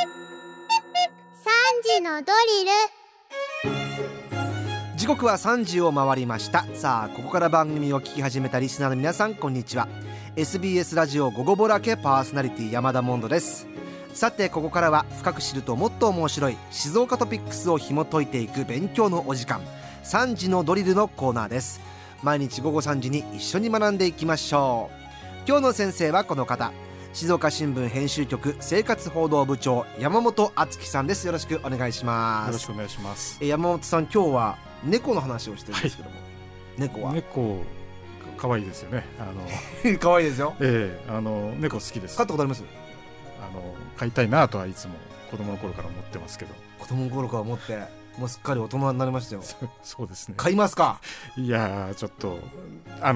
3時のドリル。 時刻は3時を回りました。さあ、ここから番組を聞き始めたリスナーの皆さん、こんにちは。 SBS ラジオ午後ぼらけパーソナリティ山田モンドです。さて、ここからは深く知るともっと面白い静岡トピックスを紐解いていく勉強のお時間、3時のドリルのコーナーです。毎日午後3時に一緒に学んでいきましょう。今日の先生はこの方、静岡新聞編集局生活報道部長、山本敦樹さんです。よろしくお願いします。 よろしくお願いします。 山本さん、今日は猫の話をしてるんですけども、 猫可愛いですよね。 可愛いですよ。 猫好きです。 飼ったことあります？ 飼いたいなとはいつも子供の頃から思ってますけど。 子供の頃から思って、もうすっかり大人になりましたよ。 そうですね。 飼いますか？ いやちょっとこ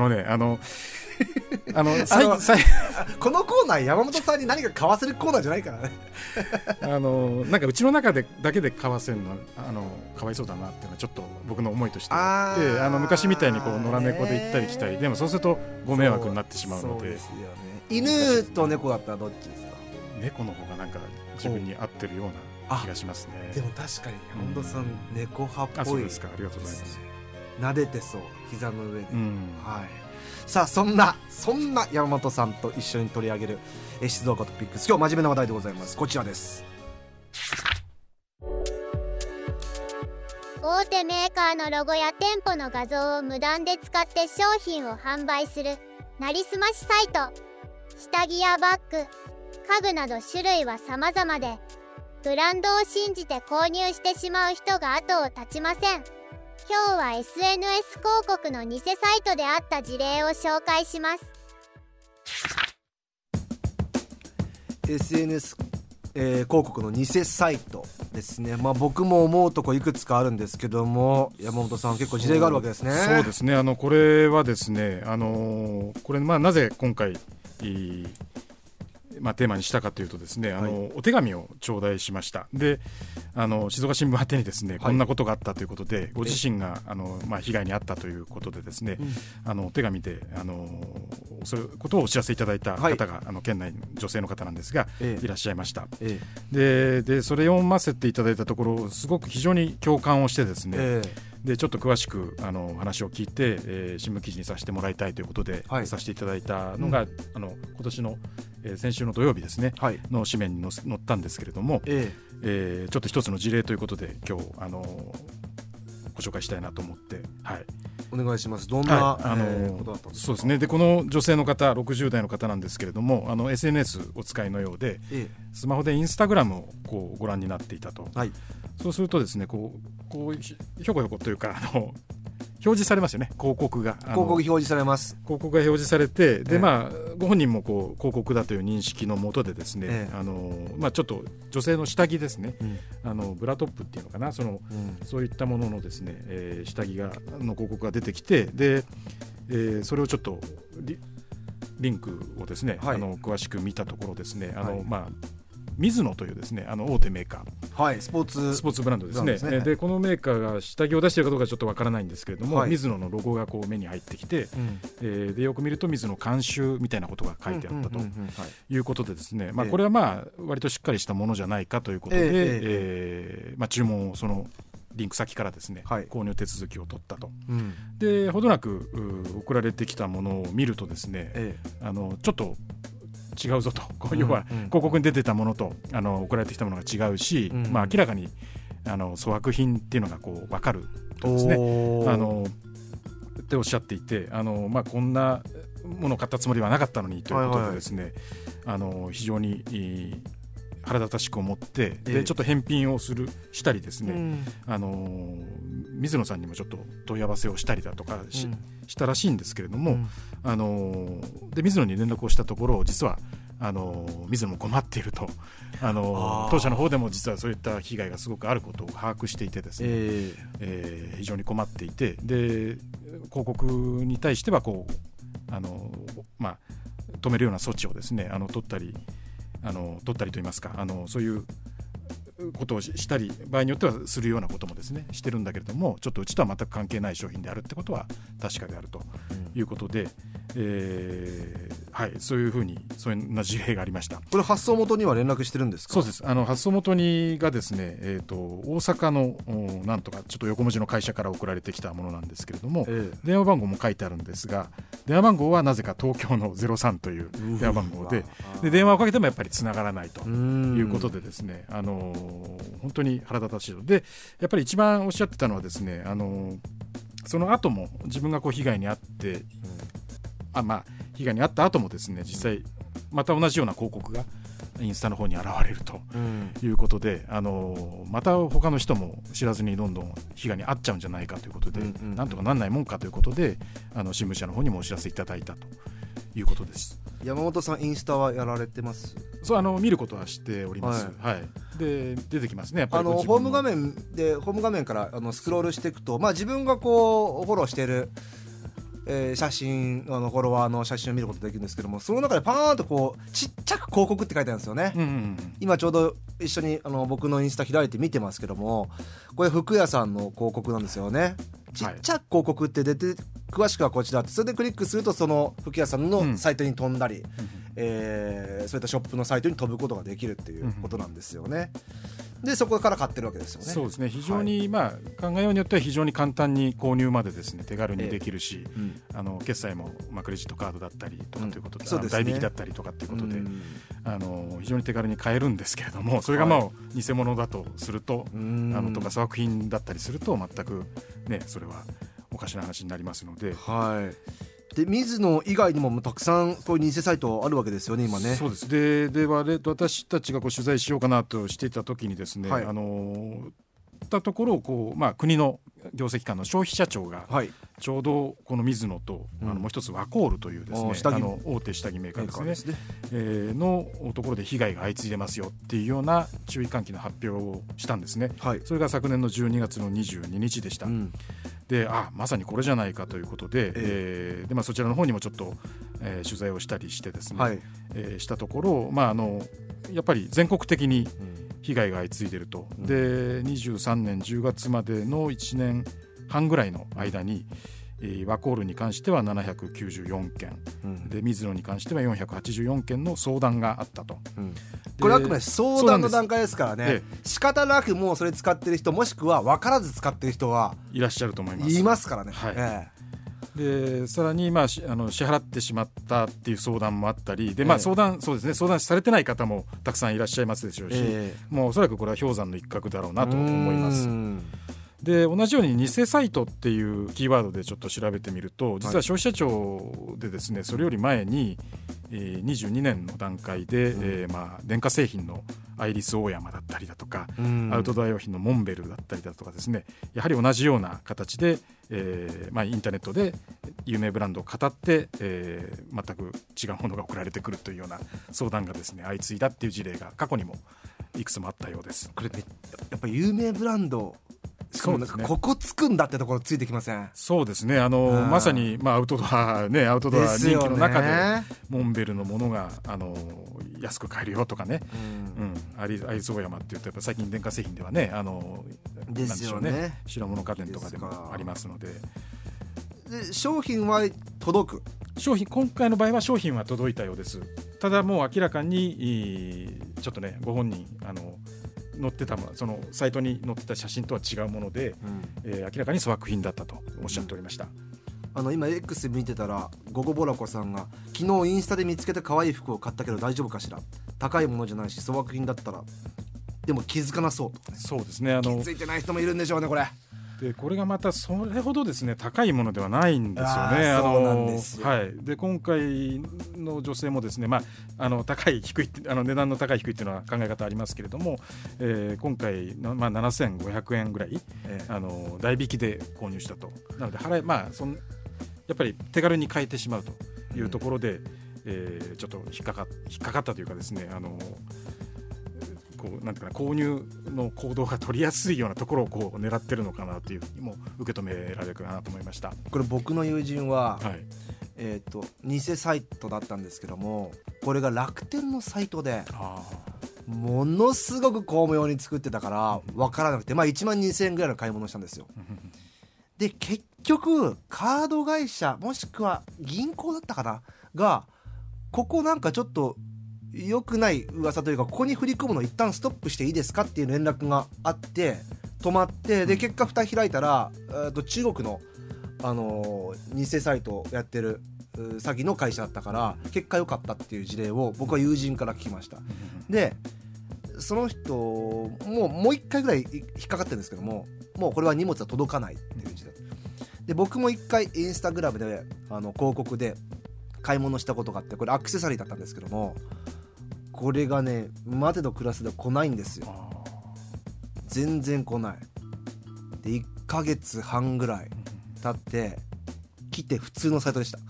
のコーナー、山本さんに何か買わせるコーナーじゃないからね。 なんかうちの中でだけで買わせるのかわいそうだなっていうのはちょっと僕の思いとしてあって、昔みたいにこう野良猫で行ったり来たり、でもそうするとご迷惑になってしまうので。そうですよね。 犬と猫だったらどっちですか？ 猫の方がなんか自分に合ってるような気がしますね。 でも確かに山本さん、猫派っぽい。 そうですか。ありがとうございます。 撫でてそう、膝の上で、はい。さあ、そんな山本さんと一緒に取り上げる静岡トピックス、今日真面目な話題でございます。こちらです。 大手メーカーのロゴや店舗の画像を無断で使って商品を販売するなりすましサイト。下着やバッグ、家具など種類は様々で、ブランドを信じて購入してしまう人が後を絶ちません。今日は SNS 広告の偽サイトであった事例を紹介します。 SNS、広告の偽サイトですね。僕も思うとこいくつかあるんですけども、山本さん、結構事例があるわけですね。 そうですね。これはですね、これなぜ今回テーマにしたかというとですね、お手紙を頂戴しました。で、静岡新聞宛てにですね、こんなことがあったということで、ご自身が被害に遭ったということでですね、お手紙でそういうことをお知らせいただいた方が、県内の女性の方なんですが、いらっしゃいました。でそれを読ませていただいたところ、すごく非常に共感をしてですね、でちょっと詳しく話を聞いて、新聞記事にさせてもらいたいということで、させていただいたのが、今年の、先週の土曜日ですね、の紙面に載ったんですけれども、ちょっと一つの事例ということで今日ご紹介したいなと思って、 お願いします。どんな、ことだったんですか？ そうですね。でこの女性の方、60代の方なんですけれども、SNS お使いのようで、スマホでインスタグラムをこうご覧になっていたと。そうするとですね、こうひょこひょこというか表示されますよね、広告が。 広告表示されます。 広告が表示されて、でご本人も広告だという認識のもとでですね、ちょっと女性の下着ですね、ブラトップっていうのかな、そういったもののですね、下着の広告が出てきて、で、それをちょっとリンクをですね、詳しく見たところですね、ミズノというですね、大手メーカー、スポーツブランドですね。でこのメーカーが下着を出しているかどうかちょっとわからないんですけれども、ミズノのロゴがこう目に入ってきて、でよく見るとミズノ監修みたいなことが書いてあったということでですね、これは割としっかりしたものじゃないかということで、注文をそのリンク先からですね、購入手続きを取ったと。でほどなく送られてきたものを見るとですね、ちょっと違うぞと、要は広告に出てたものと送られてきたものが違うし、明らかに粗悪品っていうのがこう分かるとですね、っておっしゃっていて、こんなものを買ったつもりはなかったのにということでですね、非常に腹立たしく思って、でちょっと返品をしたりですね、水野さんにもちょっと問い合わせをしたりだとかしたらしいんですけれども、で水野に連絡をしたところ、実は水野も困っていると、当社の方でも実はそういった被害がすごくあることを把握していてですね、非常に困っていて、で広告に対してはこう止めるような措置をですね取ったりといいますか、そういうことをしたり場合によってはするようなこともですねしてるんだけれども、ちょっとうちとは全く関係ない商品であるってことは確かであるということで、はい、そういうふうにそういうな事例がありました。 これ発送元には連絡してるんですか？ そうです。発送元にがですね、大阪のなんとかちょっと横文字の会社から送られてきたものなんですけれども、電話番号も書いてあるんですが、電話番号はなぜか東京の03という電話番号で、電話をかけてもやっぱりつながらないということでですね、本当に腹立たしいので、やっぱり一番おっしゃってたのはですね、その後も自分がこう被害に遭って、被害に遭った後もですね、実際また同じような広告がインスタの方に現れるということで、また他の人も知らずにどんどん被害に遭っちゃうんじゃないかということで、なんとかなんないもんかということで、新聞社の方にもお知らせいただいたということです。 山本さんインスタはやられてます？ そう、見ることはしております、はいはい、で出てきますね、やっぱりホーム画面からスクロールしていくと、自分がこうフォローしている写真フォロワーの写真を見ることができるんですけども、その中でパーンとこうちっちゃく広告って書いてあるんですよね、今ちょうど一緒に僕のインスタ開いて見てますけども、これ服屋さんの広告なんですよね。ちっちゃく広告って出て、詳しくはこちらって、それでクリックするとその服屋さんのサイトに飛んだり、そういったショップのサイトに飛ぶことができるっていうことなんですよね。でそこから買ってるわけですよね。 そうですね、非常に、考えようによっては非常に簡単に購入までですね手軽にできるし、決済も、クレジットカードだったりとかということで、代引きだったりとかっていうことで、非常に手軽に買えるんですけれども、それが偽物だとすると、とか粗悪品だったりすると全くね、それはおかしな話になりますので、 で水野以外にもたくさんこういう偽サイトあるわけですよね、今ね。 そうです。で私たちがこう取材しようかなとしていた時にですね、ったところをこう、国の行政機関の消費者庁が、ちょうどこの水野と、もう一つワコールというですね、大手下着メーカーですね、のところで被害が相次いでますよっていうような注意喚起の発表をしたんですね、それが昨年の12月の22日でした、でまさにこれじゃないかということで、そちらの方にもちょっと、取材をしたりしてですね、したところ、やっぱり全国的に被害が相次いでいると。で23年10月までの1年半ぐらいの間に、ワコールに関しては794件、で水野に関しては484件の相談があったと、 これはあくまで相談の段階ですからね、仕方なくもうそれ使ってる人、もしくは分からず使ってる人はいらっしゃると思います。 いますからね、 でさらに、支払ってしまったっていう相談もあったりで、相談されてない方もたくさんいらっしゃいますでしょうし、もうおそらくこれは氷山の一角だろうなと思います。で同じように偽サイトっていうキーワードでちょっと調べてみると、実は消費者庁でですね、それより前に、22年の段階で、電化製品のアイリスオーヤマだったりだとか、アウトドア用品のモンベルだったりだとかですね、やはり同じような形で、インターネットで有名ブランドを語って、全く違うものが送られてくるというような相談がですね相次いだっていう事例が過去にもいくつもあったようです。 これやっぱ有名ブランド、しかもここつくんだってところついてきません？ そうですね、まさに、アウトドア人気の中でモンベルのものが安く買えるよとかね、アイリスオーヤマっていうとやっぱ最近電化製品ではね、 ですよね、 白物家電とかでもありますので、 商品は届く？ 今回の場合は商品は届いたようです。ただもう明らかにちょっとね、ご本人載ってたそのサイトに載ってた写真とは違うもので、明らかに粗悪品だったとおっしゃっておりました。 今 X 見てたらゴゴボラコさんが昨日インスタで見つけた可愛い服を買ったけど大丈夫かしら、高いものじゃないし粗悪品だったらでも気づかなそうとかね。 そうですね、 気づいてない人もいるんでしょうね、これ。 でこれがまたそれほどですね高いものではないんですよね。 そうなんですよ。 で今回の女性もですね、高い低い値段の高い低いっていうのは考え方ありますけれども、今回の、7500円ぐらい、代引きで購入したと。なのでやっぱり手軽に買えてしまうというところで、ちょっと引っかかったというかですね、なんていうかな、購入の行動が取りやすいようなところを狙ってるのかなというふうにも受け止められるかなと思いました。 これ僕の友人は、偽サイトだったんですけども、これが楽天のサイトでものすごく巧妙に作ってたから分からなくて、1万2000円ぐらいの買い物をしたんですよ。で結局カード会社もしくは銀行だったかなが、ここなんかちょっと良くない噂というか、ここに振り込むの一旦ストップしていいですかっていう連絡があって止まって、で結果蓋開いたら中国の、偽サイトをやってる詐欺の会社だったから結果良かったっていう事例を僕は友人から聞きました。でその人もう一回ぐらい引っかかってるんですけども、もうこれは荷物は届かないっていう事例で、僕も一回インスタグラムで広告で買い物したことがあって、これアクセサリーだったんですけども、これがね待てのクラスでは来ないんですよ。全然来ないで、1ヶ月半ぐらい経って来て普通のサイトでした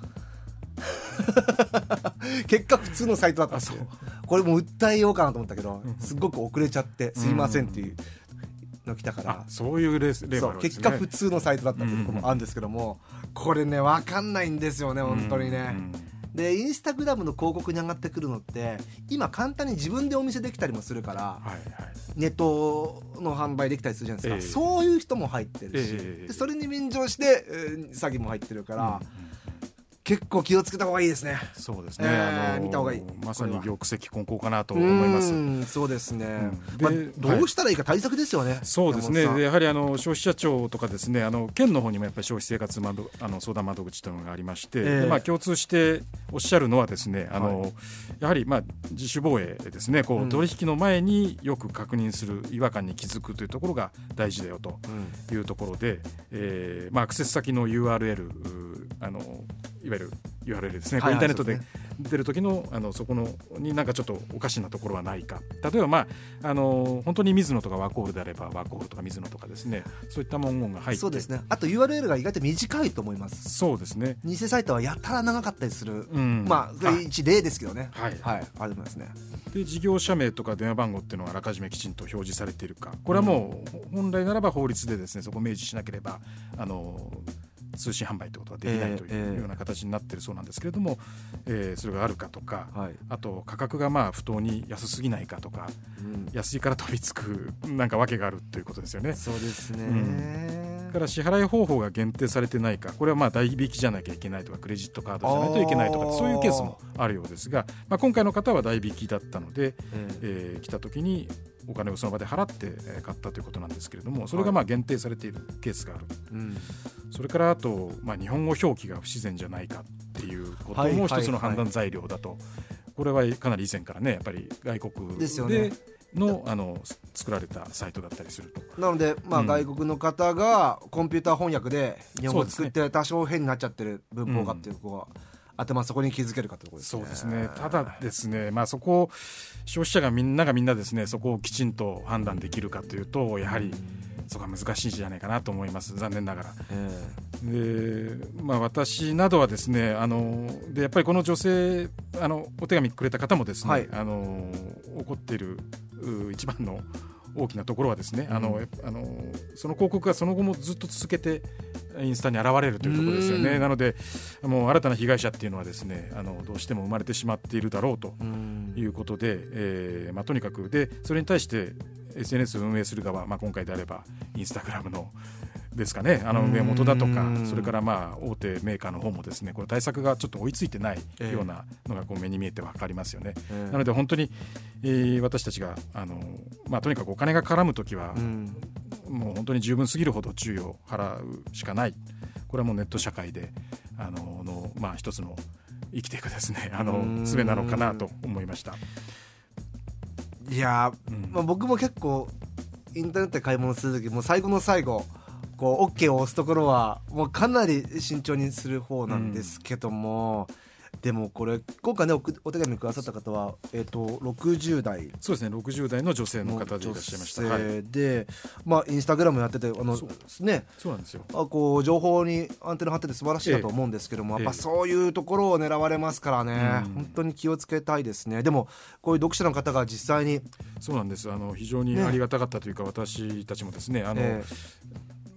結果普通のサイトだったんですよ。これもう訴えようかなと思ったけど、すごく遅れちゃってすいませんっていうの来たから、 そういう例があるわけですね。 結果普通のサイトだったっていうところもあるんですけども、これね分かんないんですよね本当にね。でインスタグラムの広告に上がってくるのって今簡単に自分でお見せできたりもするから、ネットの販売できたりするじゃないですか、そういう人も入ってるし、でそれに便乗して、詐欺も入ってるから、結構気をつけた方がいいですね。 そうですね、 見た方がいい。 まさに玉石混交かなと思います。 そうですね、どうしたらいいか対策ですよね。 そうですね。でやはり消費者庁とかですね、県の方にもやっぱり消費生活相談窓口というのがありまして、で共通しておっしゃるのはですね、やはり自主防衛ですね、取引の前によく確認する、違和感に気づくというところが大事だよというところで、アクセス先の URL、いわゆる URL ですね、インターネットで出る時の、そこのになんかちょっとおかしなところはないか。例えば、本当に水野とかワコールであればワコールとか水野とかですね、そういった文言が入って、そうですね。 あと URL が意外と短いと思います。そうですね。偽サイトはやたら長かったりする、それ一例ですけどね。ありますね。 で事業者名とか電話番号っていうのはあらかじめきちんと表示されているか、これはもう本来ならば法律でですね、そこを明示しなければ通信販売ということができないというような形になっているそうなんですけれども、それがあるかとか、あと価格が不当に安すぎないかとか、安いから飛びつくなんか訳があるということですよね。 そうですね。 から支払い方法が限定されてないか、これは代引きじゃなきゃいけないとか、クレジットカードじゃないといけないとか、そういうケースもあるようですが、今回の方は代引きだったので、来た時にお金をその場で払って買ったということなんですけれども、それが限定されているケースがある。それからあと、日本語表記が不自然じゃないかっていうことも一つの判断材料だと。これはかなり以前からね、やっぱり外国ですよね。 作られたサイトだったりすると。 なので、外国の方がコンピューター翻訳で日本語を作って多少変になっちゃってる文法がっていうところがあって、そこに気づけるかということですね。 そうですね。ただですね、そこを消費者がみんなですね、そこをきちんと判断できるかというと、やはりそこは難しいんじゃないかなと思います、残念ながら。で私などはですね、でやっぱりこの女性お手紙くれた方もですね、怒っている一番の大きなところはですね、その広告がその後もずっと続けてインスタに現れるというところですよね。なのでもう新たな被害者っていうのはですね、どうしても生まれてしまっているだろうということで、とにかくでそれに対して SNS を運営する側、今回であればインスタグラムのですかね、運営元だとか、それから大手メーカーの方もですね、これ対策がちょっと追いついてないようなのが目に見えて分かりますよね。なので本当に、私たちがとにかくお金が絡むときは、もう本当に十分すぎるほど注意を払うしかない。これはもうネット社会で一つの生きていくですね、術なのかなと思いました。 いや、僕も結構インターネットで買い物するとき、もう最後の最後OK を押すところはもうかなり慎重にする方なんですけども、でもこれ今回ねお手紙くださった方は、60代、 そうですね、60代の女性の方でいらっしゃいました。 で、インスタグラムやっててそうなんですよ。情報にアンテナ張ってて素晴らしいなと思うんですけども、やっぱそういうところを狙われますからね、本当に気をつけたいですね。でもこういう読者の方が実際にそうなんです、非常にありがたかったというか、私たちもですね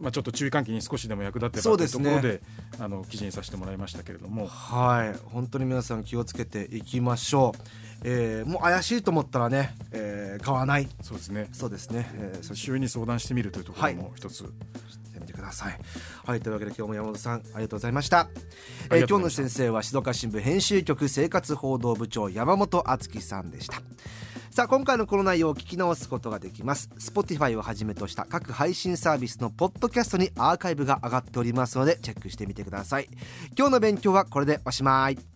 ちょっと注意喚起に少しでも役立てばというところで記事にさせてもらいましたけれども、 はい、本当に皆さん気をつけていきましょう。もう怪しいと思ったらね、買わない。 そうですね、 そうですね、 周囲に相談してみるというところも一つ、 してみてください。はい、というわけで今日も山本さんありがとうございました。今日の先生は静岡新聞編集局生活報道部長山本敦樹さんでした。さあ、今回のこの内容を聞き直すことができます。 Spotify をはじめとした各配信サービスのポッドキャストにアーカイブが上がっておりますのでチェックしてみてください。今日の勉強はこれでおしまい。